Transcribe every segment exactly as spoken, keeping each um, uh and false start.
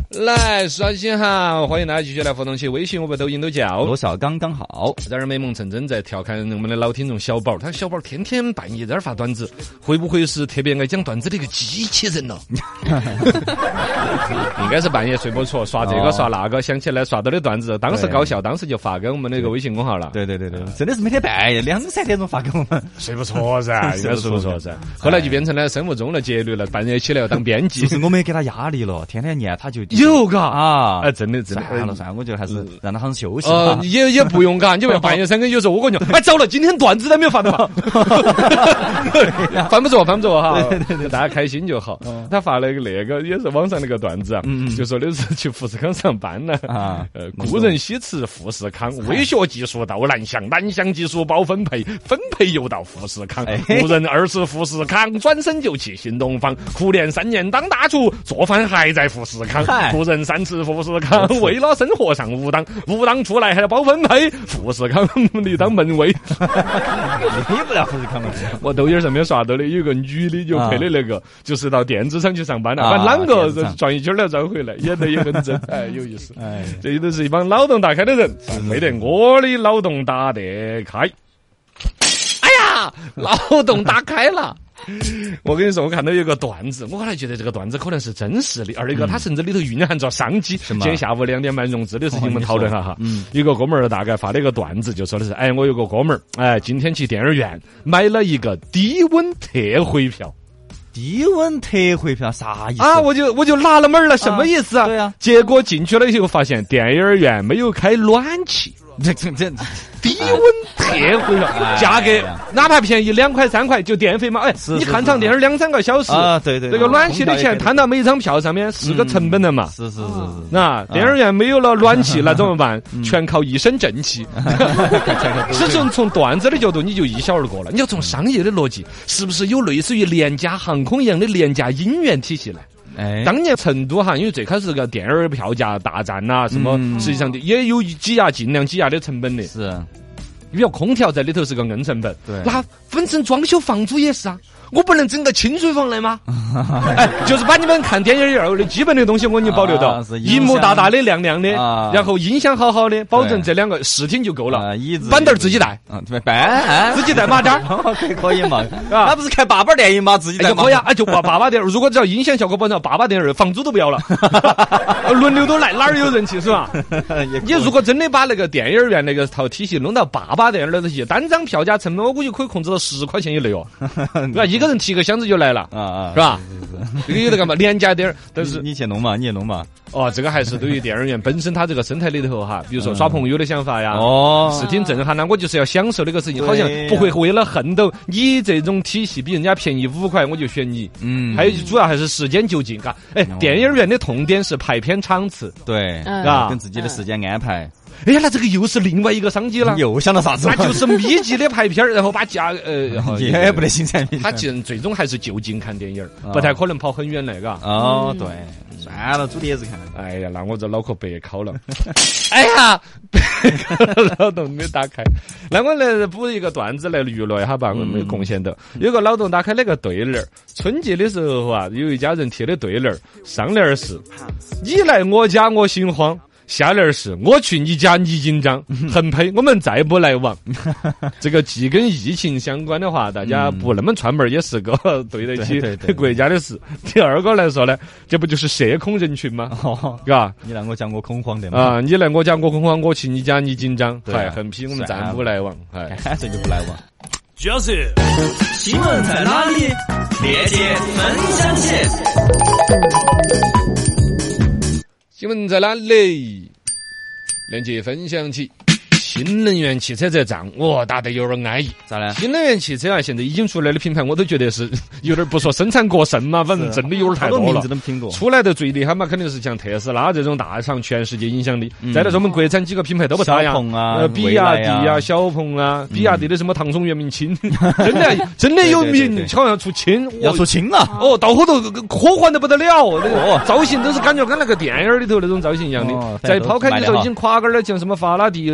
来，刷新哈！欢迎大家继续来互动起，微信、微博、抖音都叫罗小刚刚好。 在这儿美梦成真在调侃我们的老听众小宝，他小宝天天半夜在那儿发段子，会不会是特别爱讲段子的一个机器人呢？应该是半夜睡不着，刷这个刷那个，想起来刷到的段子，当时高效，当时就发给我们那个微信公号了。 对对对对，真的是每天半夜两三点钟发给我们， 睡不着噻，应该睡不着噻。后来就变成了生物钟了，节律了，半夜起来要当编辑。 就是我们也给他压力了，天天念他就有嘎啊， 哎，真的真的。 算了算了，我觉得还是让他好生休息。 呃，也也不用嘎，你不要半夜三更有时候我跟你讲，哎，糟了，今天段子都没有发的嘛，翻不着，翻不着哈，对对对，大家开心就好。他发了一个那个也是网上那个段子啊，就说的是去富士康上班呢，啊，呃，故人西辞富士康，微学技术到南翔，南翔技术包分配，分配又到富士康，故人二是富士康，转身就去新东方，苦练三年当大厨，做饭还在富士康，故人三次富士康，为了生活上无当，无当出来还要包分配，富士康你当门卫， 离不了富士康了。 我抖音上面刷到的有个女的就配的那个，啊、就是到电子厂去上班了，把啷个转一圈来转回来，演得也很真，哎，有意思。哎，这都是一帮脑洞大开的人，没得我的脑洞打得开。哎呀，脑洞打开了。我跟你说，我看到有个段子，我后来觉得这个段子可能是真实的，而一个它甚至里头蕴含着商机。今天下午两点半融资的事情，我们讨论哈哈。嗯，一个哥们儿大概发了一个段子，就说的是：哎，我有个哥们儿，哎，今天去电影院买了一个低温特惠票。 低温特惠票啥意思啊？我就我就纳了闷了，什么意思啊？ 啊对啊， 结果进去了以后，发现电影院没有开暖气。 这这这低温特惠了，价格哪怕便宜两块三块，就电费嘛。哎，你看场电影两三个小时啊，对对， 这个暖气的钱摊到每张票上面是个成本的嘛。 是是是是， 那电影院没有了暖气，那怎么办？全靠一身正气。是从从段子的角度你就一笑而过了，你要从商业的逻辑，是不是有类似于廉价航空一样的廉价音源体系呢？ 哎， 当年成都哈，因为最开始这个电影票价大战呐、啊，什么、嗯、实际上也有挤压尽量挤压的成本的。 是， 因为空调在里头是个硬成本。 对， 那分成装修房租也是啊。我不能整个清水房来吗？哎，就是把你们看电影儿的基本的东西我给你保留到，荧幕大大的、亮亮的，啊、然后音响好好的，保证这两个视听就够了。 椅子、 板凳自己带， 啊，对，板自己带马扎， 可以可以嘛？那不是看爸爸电影吗？自己带就可以啊，就爸爸电影。如果只要音响效果保证，爸爸电影房租都不要了，轮流都来，哪儿有人气是吧？你如果真的把那个电影院那个套体系弄到爸爸电影那东西，单张票价成本我估计可以控制到十块钱以内哦，对吧？一个人提个箱子就来了啊啊，是吧？这个有的干嘛？廉价点儿，但是你去弄嘛，你也弄嘛。 哦，这个还是对于电影院本身它这个生态里头哈，比如说耍朋友的想法呀，哦，视听震撼呢，我就是要享受那个事情，好像不会为了恨到你这种体系比人家便宜五块，我就选你。嗯，还有主要还是时间就近，嘎。哎，电影院的痛点是排片场次， 对，啊，跟自己的时间安排。 哎呀，那这个又是另外一个商机了。 又想到啥子？ 那就是密集的排片，然后把价呃， 也不得新产品。 他既然最终还是就近看电影，不太可能跑很远来，嘎。 哦，对，算了，租碟子看。 哎呀，那我这脑壳白考了。哎呀，白考了，脑洞没打开。那我来补一个段子来娱乐一下吧，我没贡献到。有个脑洞打开那个对联儿，春节的时候啊，有一家人贴的对联儿，上联是：你来我家我心慌。下联是我去你家你紧张，横批我们再不来往。这个既跟疫情相关的话，大家不那么串门也是个对得起国家的事。第二个来说呢，这不就是社恐人群吗？是吧？ 你来我家我恐慌的嘛？ 啊，你来我家我恐慌，我去你家你紧张，哎，横批我们暂不来往，哎， 这就不来往。 就是新闻在哪里？链接分享起。 新闻在哪里？链接分享起。新能源汽车这仗，哇，打得有点安逸。 咋了？ 新能源汽车啊，现在已经出来的品牌，我都觉得是有点不说生产过剩嘛，反正真的有点太多了。 名字都听过。 出来的最厉害嘛，肯定是像特斯拉这种大厂，全世界影响力。嗯、再来说我们国产几个品牌都不差呀， 小鹏啊， 呃，比亚迪啊，小鹏啊，比亚迪的什么唐宋元明清，真的真的有名，好像出清， 要出清了。 哦，到后头科幻的不得了，哦，造型都是感觉跟那个电影里头那种造型一样的。在抛开你说已经垮杆了，像什么法拉第、蔚来。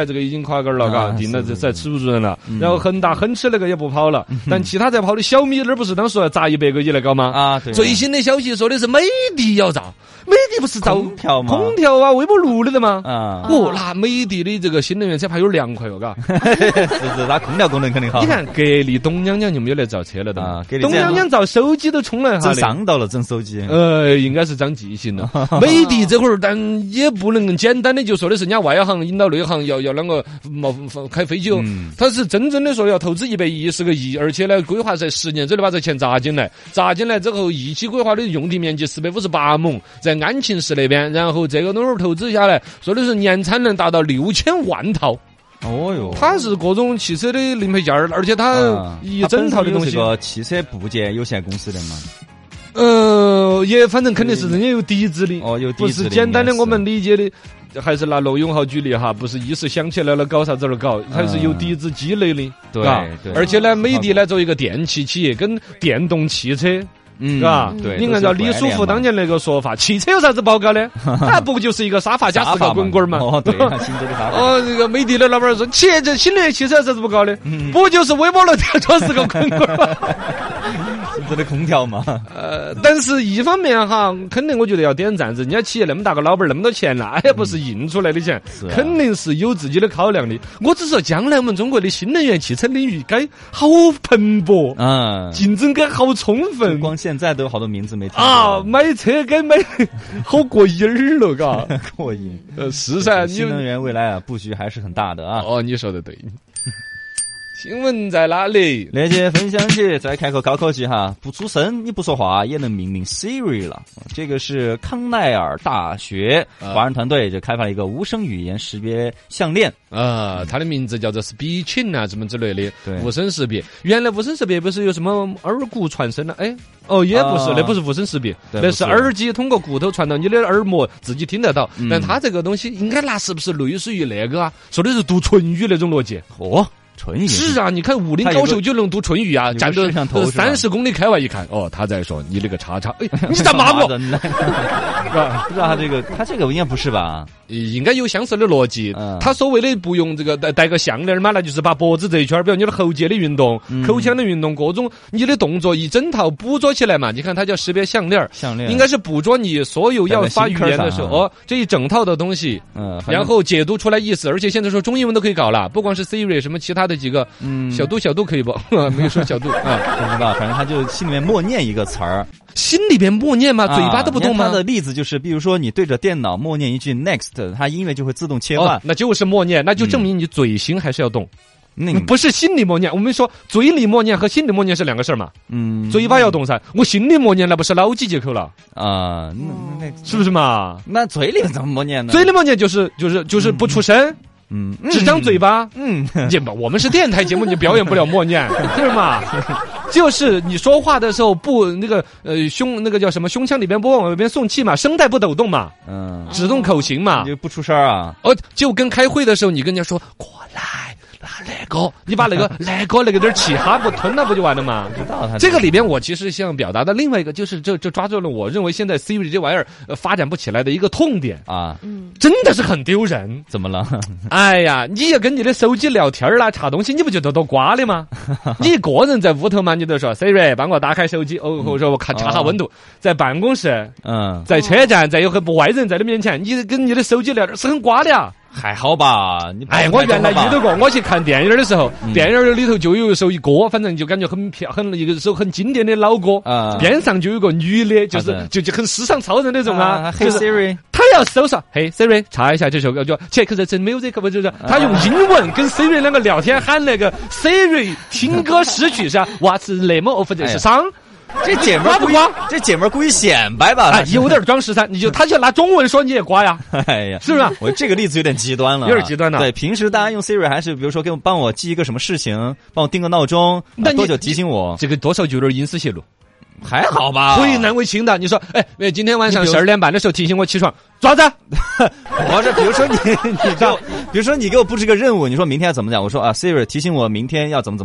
来这个已经垮杆了，嘎，定了这才耻辱人了。然后恒大恒驰那个也不跑了，但其他在跑的小米那不是当时要砸一百个亿来搞吗？ 啊，对。 最新的消息说的是美的要造，美的不是造空调吗？ 空调啊，微波炉的吗？ 啊， 哦，那美的的这个新能源车还有凉快哦，嘎。 是是，它空调功能肯定好。 你看格力、东娘娘就没有来造车了的嘛？ 东娘娘造手机都充了， 整上到了整手机。 呃，应该是长记性了。美的这会儿，但也不能简单的就说的是人家外行引导内行，要要啷个冒开飞机哦。他是真正的说要投资一百一十个亿，而且呢，规划在十年之内把这钱砸进来，砸进来之后，一期规划的用地面积四百五十八亩，在安庆市那边，然后这个东西投资下来，说的是年产能达到六千万套。 哦哟， 它是各种汽车的零配件，而且它一整套的东西。 这个汽车部件有限公司的嘛？ 呃，也反正肯定是人家有底子的， 哦，有底子的， 不是简单的我们理解的。还是拿罗永浩举例哈，不是一时想起来了搞啥子而搞，它是有底子积累的， 对对。 而且呢，美的呢作为一个电气企业，跟电动汽车。 嗯， 是吧？ 对， 你按照李书福当年那个说法，汽车有啥子不好搞呢？它不就是一个沙发加四个滚滚嘛？ 哦，对，新洲的沙发。 哦，这个美的的老板说，汽这新能源汽车有啥子不搞呢？不就是微波炉加四个滚滚吗？ 新洲的空调嘛。 呃，但是一方面哈，肯定我觉得要点赞，人家企业那么大个老板那么多钱，那也不是印出来的钱，肯定是有自己的考量的。我只是说，将来我们中国的新能源汽车领域该好蓬勃，嗯，竞争该好充分。 光现在都有好多名字没听过啊，买车该买好过瘾儿了，嘎， 过瘾。 呃，是噻， 新能源未来啊，布局还是很大的啊。 哦，你说的对。新闻在哪里？ 链接分享起，再开个高科技哈，不出声你不说话也能命令 Siri 了。这个是康奈尔大学华人团队就开发了一个无声语言识别项链啊，它的名字叫做 Speaking 啊，什么之类的。 对， 无声识别。原来无声识别不是有什么耳骨传声了？哎，哦，也不是，啊、那不是无声识别，那是耳机通过骨头传到你的耳膜，自己听得到。嗯、但它这个东西应该那是不是类似于那个啊？说的是读唇语那种逻辑？ 哦。唇语是啊，你看武林高手就能读唇语啊，站到三十公里开外一看，哦，他在说你那个叉叉，哎，你咋骂我？ 是吧？不知道他这个，他这个应该不是吧？ 应该有相似的逻辑。嗯、他所谓的不用这个带带个项链嘛，那就是把脖子这一圈，比如你的喉结的运动、嗯、口腔的运动，各种你的动作一整套捕捉起来嘛。你看它叫识别项链， 项链应该是捕捉你所有要发语言的时候，哦，这一整套的东西，嗯，然后解读出来意思。而且现在说中英文都可以搞了，不光是 Siri 什么其他的几个，嗯，小度小度可以不？没有说小度啊， 不知道，反正他就心里面默念一个词儿。 心里边默念吗？ 啊、 嘴巴都不动吗？ 他的例子就是，比如说你对着电脑默念一句 next， 它音乐就会自动切换、 哦，那就是默念，那就证明你嘴心还是要动。嗯，不是心里默念。我们说嘴里默念和心里默念是两个事儿嘛。嗯，嘴巴要动噻，我心里默念那不是脑几节口了啊？那那是不是嘛？ 那嘴里怎么默念呢？ 嘴里默念就是就是就是不出声。嗯，只张嘴巴，嗯，也不，我们是电台节目，你表演不了默念，是吗？就是你说话的时候不那个呃胸那个叫什么胸腔里边不往外边送气嘛，声带不抖动嘛，嗯，只动口型嘛， 你就不出声啊。 哦，就跟开会的时候，你跟人家说过来。那个，你把那个那个那个点气哈不吞了不就完了吗？ 知道他这个里边，我其实想表达的另外一个，就是这这抓住了我认为现在 Siri 这玩意儿、呃、发展不起来的一个痛点啊，嗯，真的是很丢人。 怎么了？ 哎呀，你要跟你的手机聊天啦、查东西，你不觉得多瓜的吗？你一个人在屋头嘛，你都说 Siri 帮我打开手机，哦，或者我看查下温度。在办公室，嗯，在车站，在有个外人在你面前，你跟你的手机聊天是很瓜的呀。 还好吧，你哎，我原来遇到过，我去看电影的时候，嗯、电影里头就有一首一歌，反正就感觉很漂，很一个首很经典的老歌，啊、边上就有个女的，就是、啊、就就很时尚超人那种啊。 嘿、啊、Siri， 他要搜索，嘿 Siri， 查一下这首歌，就 check the music， 不就是他用英文跟 Siri 两个聊天，喊那个 Siri 听歌识曲是 What's the name of this song？ 这姐们儿故意，这姐们儿故意显摆吧？ 哎，有点装十三，你就他就拿中文说你也瓜呀？ 哎呀， 是不是？ 我这个例子有点极端了， 有点极端了。 对，平时大家用 Siri 还是比如说给我帮我记一个什么事情，帮我定个闹钟，那多久提醒我？ 这个多少就有点隐私泄露。 还好吧， 会难为情的。你说，哎，今天晚上十二点半的时候提醒我起床，抓子。 我说，比如说你，你给我，比如说你给我布置个任务，你说明天要怎么讲？我说啊 ，Siri 提醒我明天要怎么怎么样。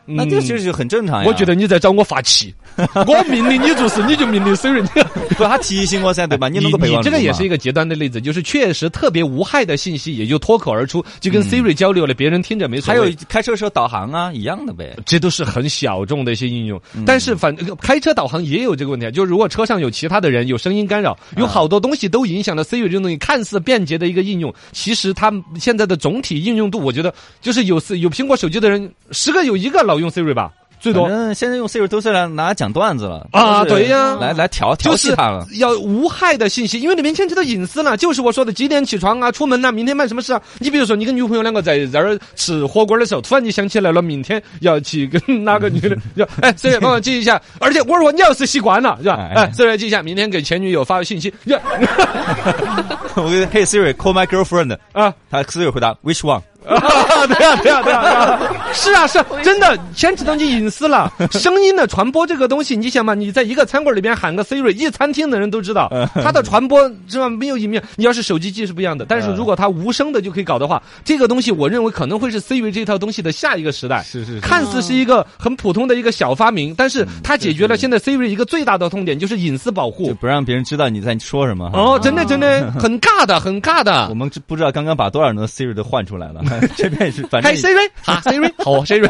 那这其实就很正常呀。 我觉得你在找我发气，我命令你做事，你就命令 Siri。 不，他提醒我噻，对吧？你你弄个备忘录嘛。 你这个也是一个极端的例子，就是确实特别无害的信息也就脱口而出，就跟 Siri 交流了，别人听着没所谓。 还有开车时候导航啊，一样的呗。 这都是很小众的一些应用，嗯、但是反开车导航也有这个问题，就是如果车上有其他的人，有声音干扰，有好多东西都影响了 Siri 这种东西看似便捷的一个应用，其实它现在的总体应用度，我觉得就是有有苹果手机的人，十个有一个老用 Siri 吧。最多， 嗯，现在用 Siri 都是来拿来讲段子了啊，对呀， 来来调调戏他了， 要无害的信息，因为里面牵扯到隐私了。就是我说的几点起床啊，出门呐、啊，明天办什么事啊？你比如说，你跟女朋友两个在这儿吃火锅的时候，突然你想起来了，明天要去跟哪个女的，要哎，Siri 帮我记一下。而且我说你要是习惯了，是吧？哎 ，Siri 记一下，明天给前女友发个信息。 我跟 Hey Siri call my girlfriend 啊，他 Siri 回答 Which one？ 啊，对啊，对啊，对啊，是啊，是啊，真的牵扯到你隐私了。声音的传播这个东西，你想嘛，你在一个餐馆里边喊个 Siri， 一餐厅的人都知道，它的传播是吧？没有隐秘。你要是手机机是不一样的，但是如果它无声的就可以搞的话，这个东西我认为可能会是 Siri 这套东西的下一个时代。 是是是， 看似是一个很普通的一个小发明，但是它解决了现在 Siri 一个最大的痛点，就是隐私保护， 就不让别人知道你在说什么。 哦，真的真的很尬的，很尬的。 我们不知道刚刚把多少人的 Siri 都换出来了，这边是。 嗨 Siri， 哈 Siri， 好 Siri。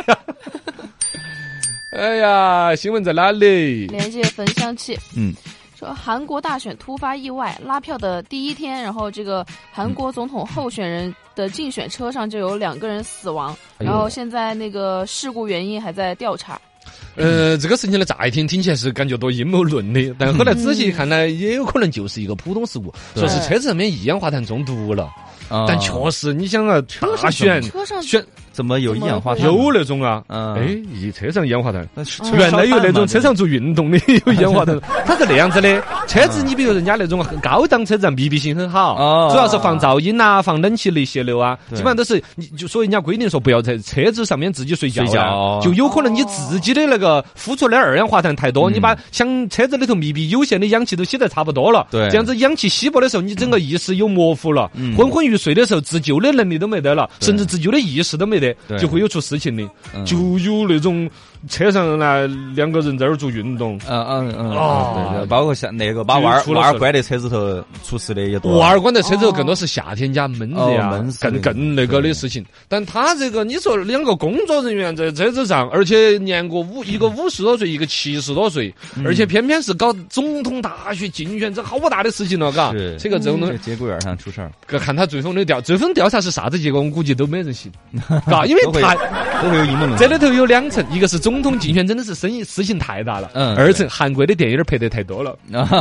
哎呀，新闻在哪里？ 连接分享器。 嗯， 说韩国大选突发意外，拉票的第一天，然后这个韩国总统候选人的竞选车上就有两个人死亡， 哎、 然后现在那个事故原因还在调查。 呃，这个事情呢，乍一听听起来是感觉多阴谋论的，但后来仔细看呢，也有可能就是一个普通事故，说是车子上面一氧化碳中毒了。但确实，你想啊，大选车上选怎么有一氧化碳？ 有那种啊， 嗯， 哎，一车上一氧化碳， 那是原来有那种车上做运动的有一氧化碳，它是那样子的。车子你比如人家那种很高档车子，密闭性很好，主要是防噪音啊，防冷气内泄漏啊，基本上都是你就所以人家规定说不要在车子上面自己睡觉， 睡觉就有可能你自己的那个呼出来的二氧化碳太多，你把像车子里头密闭有限的氧气都吸得差不多了， 对， 这样子氧气稀薄的时候，你整个意识又模糊了，昏昏欲睡的时候自救的能力都没得了，甚至自救的意识都没得，就会有出事情的。就有那种车上呢两个人在那儿做运动， 嗯嗯嗯，哦，对，包括像那个把娃儿娃儿关在车子头出事的也多。 娃儿关在车子头更多是夏天家闷热呀，更更那个的事情。但他这个你说两个工作人员在车子上，而且年过五一个五十多岁，一个七十多岁，而且偏偏是搞总统大选竞选，这好大的事情了，嘎。这个这种节骨眼上出事儿。 看他最后的调，最后调查是啥子结果，我估计都没人信，嘎，因为他都会有阴谋论。 这里头有两层，一个是总统竞选真的是生意事情太大了，嗯，二层韩国的电影拍得太多了，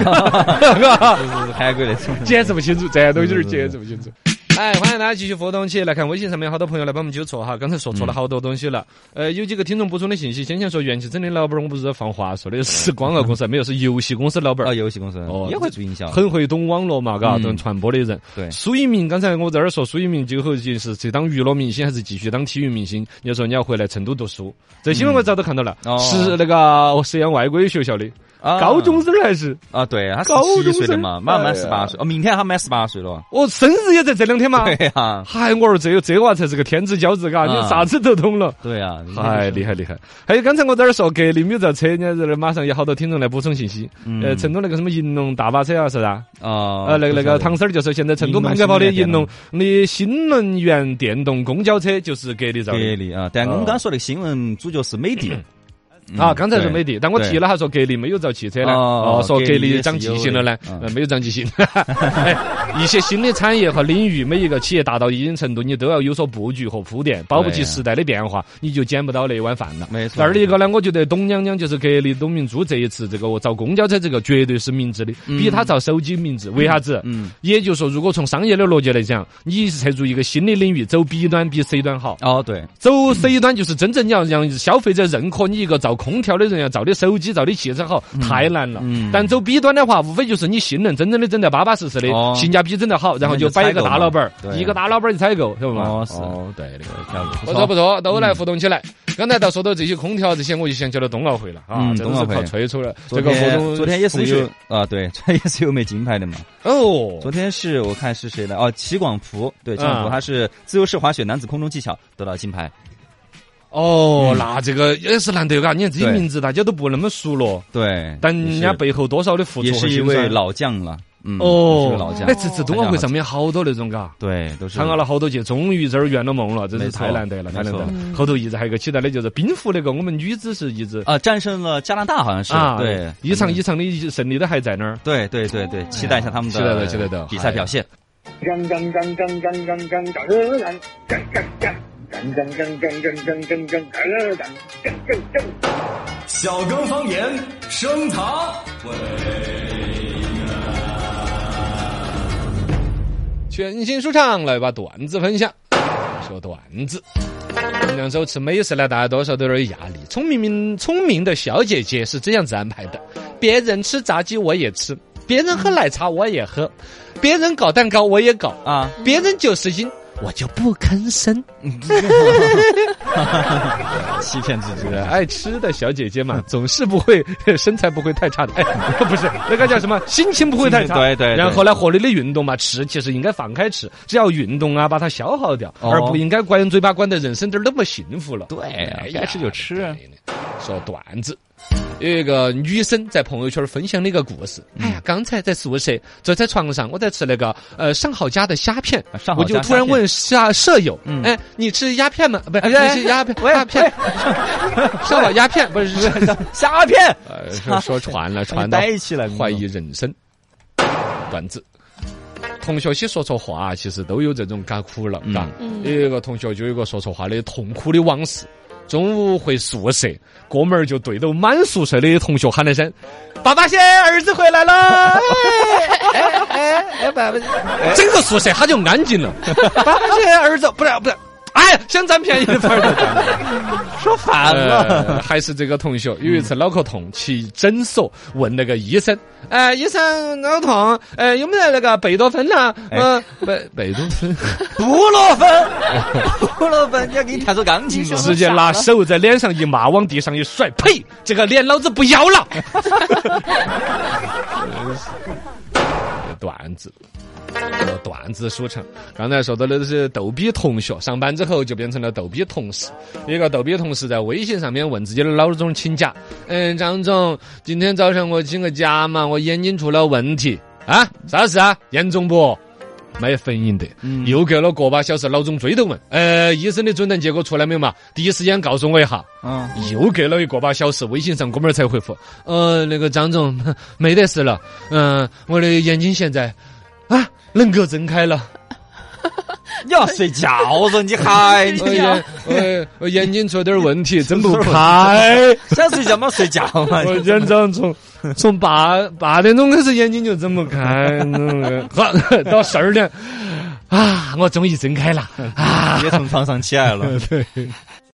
韩国的解释不清楚，这都有点解释不清楚。哎，欢迎大家继续互动起来看微信上面好多朋友来帮我们纠错哈，刚才说错了好多东西了。嗯、呃，有几个听众补充的信息，先前说元气真的老板，我不是在放话，说的是广告公司，没有是游戏公司老板。 啊，游戏公司哦，也会做营销， 很会懂网络嘛，嘎，懂传播的人。 对， 苏一鸣，刚才我在这儿说，苏一鸣最后就是去当娱乐明星还是继续当体育明星？你要说你要回来成都读书，这新闻我早都看到了，嗯、是那个实验外国语学校的。啊、高中生还是啊？对，他十七岁的嘛，马上满十八岁。哦，明天他满十八岁了。 哦，生日也在这两天嘛。 对呀、啊， 嗨，我儿这这娃才是个天之骄子，嘎，你啥子都懂了。 对呀、啊， 嗨，厉害厉害。还有刚才我在这儿说格力没有造车，人家这马上有好多听众来补充信息。嗯、呃，成都那个什么银龙大巴车啊，是吧？ 啊， 呃，那个那个唐 Sir 就说，现在成都满街跑的银龙的新能源电动公交车就是格力造的。 格力啊，但我们刚说的新闻主角是美的。 啊，刚才是美的，但我提了，他说格力没有造汽车呢，哦，说格力长记性了呢，呃，没有长记性。哎，一些新的产业和领域，每一个企业达到一定程度，你都要有所布局和铺垫，保不齐时代的变化，你就捡不到那碗饭了。 没错。 二一个呢，我觉得董娘娘就是格力董明珠这一次这个造公交车这个绝对是明智的，比他造手机明智。为啥子？嗯，也就是说，如果从商业的逻辑来讲，你涉入一个新的领域，走 B 端比 C 端好。 哦，对， 走 C 端就是真正你要让消费者认可你一个造空调的人要造的手机、造的汽车好，太难了。嗯、但走 B 端的话，无非就是你性能真正的整得巴巴适适的，哦、性价比整得好，然后就摆一个大老板，一个大老板去采购，是不嘛？ 哦，是哦，对的，不错不错，都来互动起来。刚才到说到这些空调这些，我就想起了冬奥会了啊， 嗯、 真的是靠吹出了。 这个活动昨天也是有啊，对，昨天也是有枚金牌的嘛。 哦， 昨天是我看是谁的哦，齐广璞，对，齐广璞他是自由式滑雪男子空中技巧得到金牌。 哦，那这个也是难得嘎！你看这些名字大家都不那么熟了， 对， 但人家背后多少的付出， 也是一位老将了。嗯， 哦， 老将。 哎，这次冬奥会上面好多那种嘎， 对，都是参加了好多届，终于这儿圆了梦了，真是太难得了，太难得了。后头一直还有一个期待的就是冰壶那个，我们女子是一直啊战胜了加拿大，好像是啊， 对， 一场一场的胜利都还在那儿。 对对对对，期待一下他们的期待的期待的比赛表现。 干干干干干干干干干干干干干。干干干干干干干干干干干干！ 小刚方言升堂。 全新舒畅来把段子分享，说段子。两周吃美食呢，大家多少都有点压力。聪明明聪明的小姐姐是这样子安排的：别人吃炸鸡我也吃，别人喝奶茶我也喝，别人搞蛋糕我也搞啊，别人九十斤。我就不吭声， 欺骗自己。 爱吃的小姐姐嘛，总是不会身材不会太差的。哎，不是那个叫什么，心情不会太差。 对 对, 对。 然后呢，合理的运动嘛，吃其实应该放开吃，只要运动啊，把它消耗掉，哦、而不应该关嘴巴关的人生点那么幸福了。 对、啊，该吃就吃。 说段子。有一个女生在朋友圈分享了一个故事。哎呀，刚才在宿舍坐在床上，我在吃那个呃上好佳的虾片，我就突然问舍舍友，嗯、哎，你吃鸦片吗？不是，你是鸦片，鸦片，上好鸦片不是虾片， 呃，说传了，传到怀疑人生。段子。同学些说错话，其实都有这种嘎苦了，嘎、嗯。有一个同学就有一个说错话的痛苦的往事。中午回宿舍，哥们儿就对着满宿舍的同学喊了声：“爸爸些儿子回来了！”哎哎哎，爸爸！整个宿舍他就安静了。爸爸些儿子，不是不是。哎，想占便宜的反而说反了、 呃。还是这个同学有一次脑壳痛，去诊所问那个医生：“哎、呃，医生脑痛，呃，有没有那个贝多芬呢？呃，贝贝多芬， 布洛芬，布洛芬，你要给你弹首钢琴， 直接拿手在脸上一抹，往地上一甩，呸！这个脸老子不要了。”段子。段子舒畅，刚才说到的是逗比同学，上班之后就变成了逗比同事。一个逗比同事在微信上面问自己的老总请假，嗯，张总，今天早上我请个假嘛，我眼睛出了问题啊，啥事啊？严重不？没反应的，嗯、又隔了个把小时，老总追头问，呃，医生的诊断结果出来没有嘛？第一时间告诉我一下。嗯，又隔了一个把小时，微信上哥们儿才回复，呃，那个张总没得事了，嗯、呃，我的眼睛现在啊能够睁开了。 你要睡觉了，你还我眼我我眼睛出点问题，睁不开。 想睡觉嘛，睡觉嘛。 我经常从从八八点钟开始眼睛就睁不开，到十二点啊，我终于睁开了啊， 也从床上起来了。 对。